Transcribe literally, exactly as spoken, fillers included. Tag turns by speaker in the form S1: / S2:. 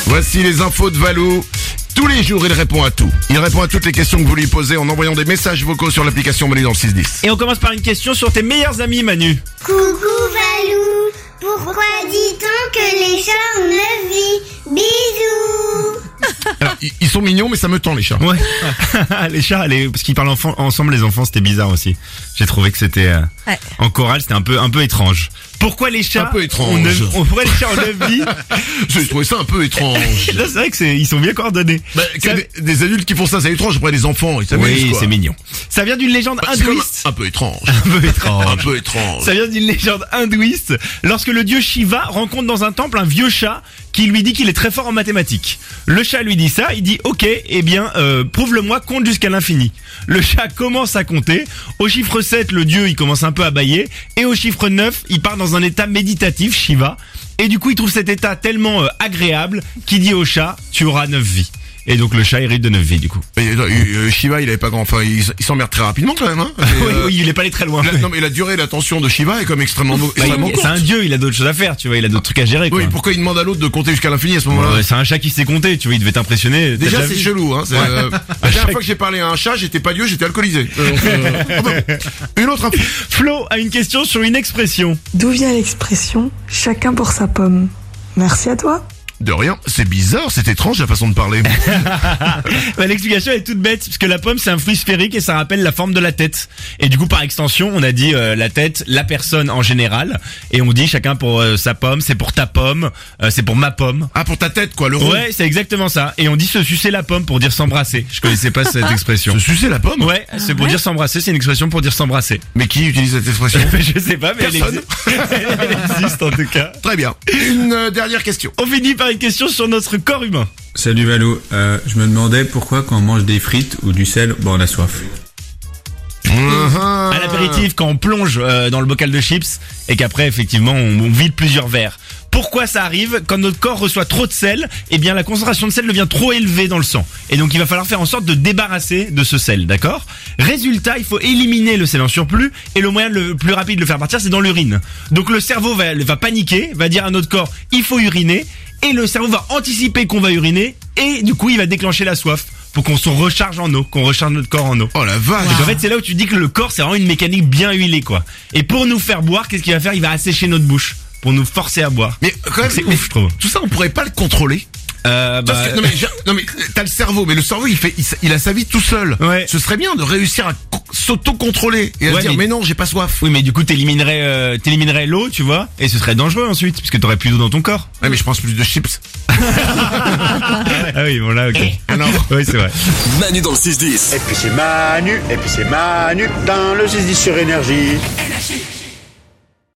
S1: Voici les infos de Valou. Tous les jours, il répond à tout. Il répond à toutes les questions que vous lui posez en envoyant des messages vocaux sur l'application Manu dans le six dix.
S2: Et on commence par une question sur tes meilleurs amis, Manu.
S3: Coucou Valou, pourquoi dit-on que les chats ont neuf vies? Bisous.
S1: Alors, ils- ils sont mignons, mais ça me tend les chats.
S2: Ouais. Les chats, les... parce qu'ils parlent enfant... ensemble, les enfants, c'était bizarre aussi. J'ai trouvé que c'était euh,
S4: Ouais.
S2: en chorale, c'était un peu un peu étrange. Pourquoi les chats
S1: Un peu étrange.
S2: ont neuf- Pourquoi les chats ont neuf vies?
S1: J'ai trouvé ça un peu étrange.
S2: Là, c'est vrai que c'est ils sont bien coordonnés.
S1: Bah, que
S2: Ça-
S1: des, des adultes qui font ça, c'est étrange. Après, les enfants, ils s'amusent,
S2: Oui,
S1: quoi.
S2: c'est mignon. Ça vient d'une légende
S1: Bah, c'est quand même
S2: hindouiste.
S1: un peu étrange.
S2: Un peu étrange.
S1: Un peu étrange.
S2: Ça vient d'une légende hindouiste. Lorsque le dieu Shiva rencontre dans un temple un vieux chat qui lui dit qu'il est très fort en mathématiques. Le chat lui dit ça, il dit ok, eh bien euh, prouve-le-moi, compte jusqu'à l'infini. Le chat commence à compter. Au chiffre sept, le dieu il commence un peu à bâiller. Et au chiffre neuf, il part dans un état méditatif, Shiva. Et du coup, il trouve cet état tellement euh, agréable qu'il dit au chat, tu auras neuf vies. Et donc le chat hérite de neuf vies du coup.
S1: Et, euh, euh, Shiva, il avait pas grand, enfin, il, s- il s'emmerde très rapidement quand même, hein. Et,
S2: oui,
S1: euh,
S2: oui, il est pas allé très loin.
S1: la- non, mais la durée d'attention de Shiva est comme extrêmement,
S2: Bah,
S1: extrêmement
S2: il-
S1: courte.
S2: c'est un dieu, il a d'autres choses à faire, tu vois, il a d'autres trucs à gérer. Quoi.
S1: Oui, pourquoi il demande à l'autre de compter jusqu'à l'infini à ce moment-là?
S2: Ouais, c'est un chat qui sait compter, tu vois, il devait t'impressionner. T'as
S1: Déjà,
S2: déjà
S1: c'est
S2: vu
S1: chelou, hein. C'est, euh, la dernière fois que j'ai parlé à un chat, j'étais pas Dieu, j'étais alcoolisé. Euh, donc, euh, ah bon. Une autre info.
S2: Flo a une question sur une expression.
S5: D'où vient l'expression « chacun pour sa pomme » ? Merci à toi.
S1: De rien. C'est bizarre, c'est étrange la façon de parler.
S2: Bah, l'explication est toute bête, parce que la pomme c'est un fruit sphérique et ça rappelle la forme de la tête. Et du coup, par extension, on a dit euh, la tête, la personne en général, et on dit chacun pour euh, sa pomme, c'est pour ta pomme, euh, c'est pour ma pomme.
S1: Ah, pour ta tête, quoi, le rond.
S2: Ouais, c'est exactement ça. Et on dit se sucer la pomme pour dire s'embrasser. Je connaissais pas cette expression.
S1: Se sucer la pomme?
S2: Ouais, c'est pour dire s'embrasser, c'est une expression pour dire s'embrasser.
S1: Mais qui utilise cette expression?
S2: Je sais pas, mais elle,
S1: Personne.
S2: exi- elle existe en tout cas.
S1: Très bien. Une euh, dernière question.
S2: On finit par une question sur notre corps humain.
S6: Salut Valou, euh, je me demandais pourquoi quand on mange des frites ou du sel, bon on a soif.
S1: Uh-huh.
S2: À l'apéritif, quand on plonge euh, dans le bocal de chips et qu'après effectivement on, on vide plusieurs verres. Pourquoi ça arrive? Quand notre corps reçoit trop de sel, eh bien la concentration de sel devient trop élevée dans le sang. Et donc il va falloir faire en sorte de débarrasser de ce sel, d'accord? Résultat, il faut éliminer le sel en surplus et le moyen le plus rapide de le faire partir, c'est dans l'urine. Donc le cerveau va, va paniquer, va dire à notre corps, il faut uriner, et le cerveau va anticiper qu'on va uriner et du coup il va déclencher la soif pour qu'on se recharge en eau, qu'on recharge notre corps en eau.
S1: Oh la vache.
S2: Donc en fait c'est là où tu dis que le corps c'est vraiment une mécanique bien huilée quoi. Et pour nous faire boire, qu'est-ce qu'il va faire? Il va assécher notre bouche pour nous forcer à boire.
S1: Mais quand même,
S2: C'est
S1: mais
S2: ouf, je trouve.
S1: Tout ça, on pourrait pas le contrôler.
S2: Euh, bah,
S1: Parce que, non mais, je- non mais t'as le cerveau, mais le cerveau il fait, il, s- il a sa vie tout seul.
S2: Ouais.
S1: Ce serait bien de réussir à co- s'auto-contrôler et à
S2: Ouais,
S1: se dire
S2: mais-
S1: mais non, j'ai pas soif.
S2: oui mais du coup t'éliminerais euh, t'éliminerais l'eau tu vois et ce serait dangereux ensuite puisque t'aurais plus d'eau dans ton corps.
S1: Ouais, mais je pense plus de chips.
S2: Ah oui bon là ok.
S1: Alors,
S2: Oui c'est vrai.
S7: Manu dans le six dix.
S8: Et puis c'est Manu, et puis c'est Manu dans le six dix sur Énergie.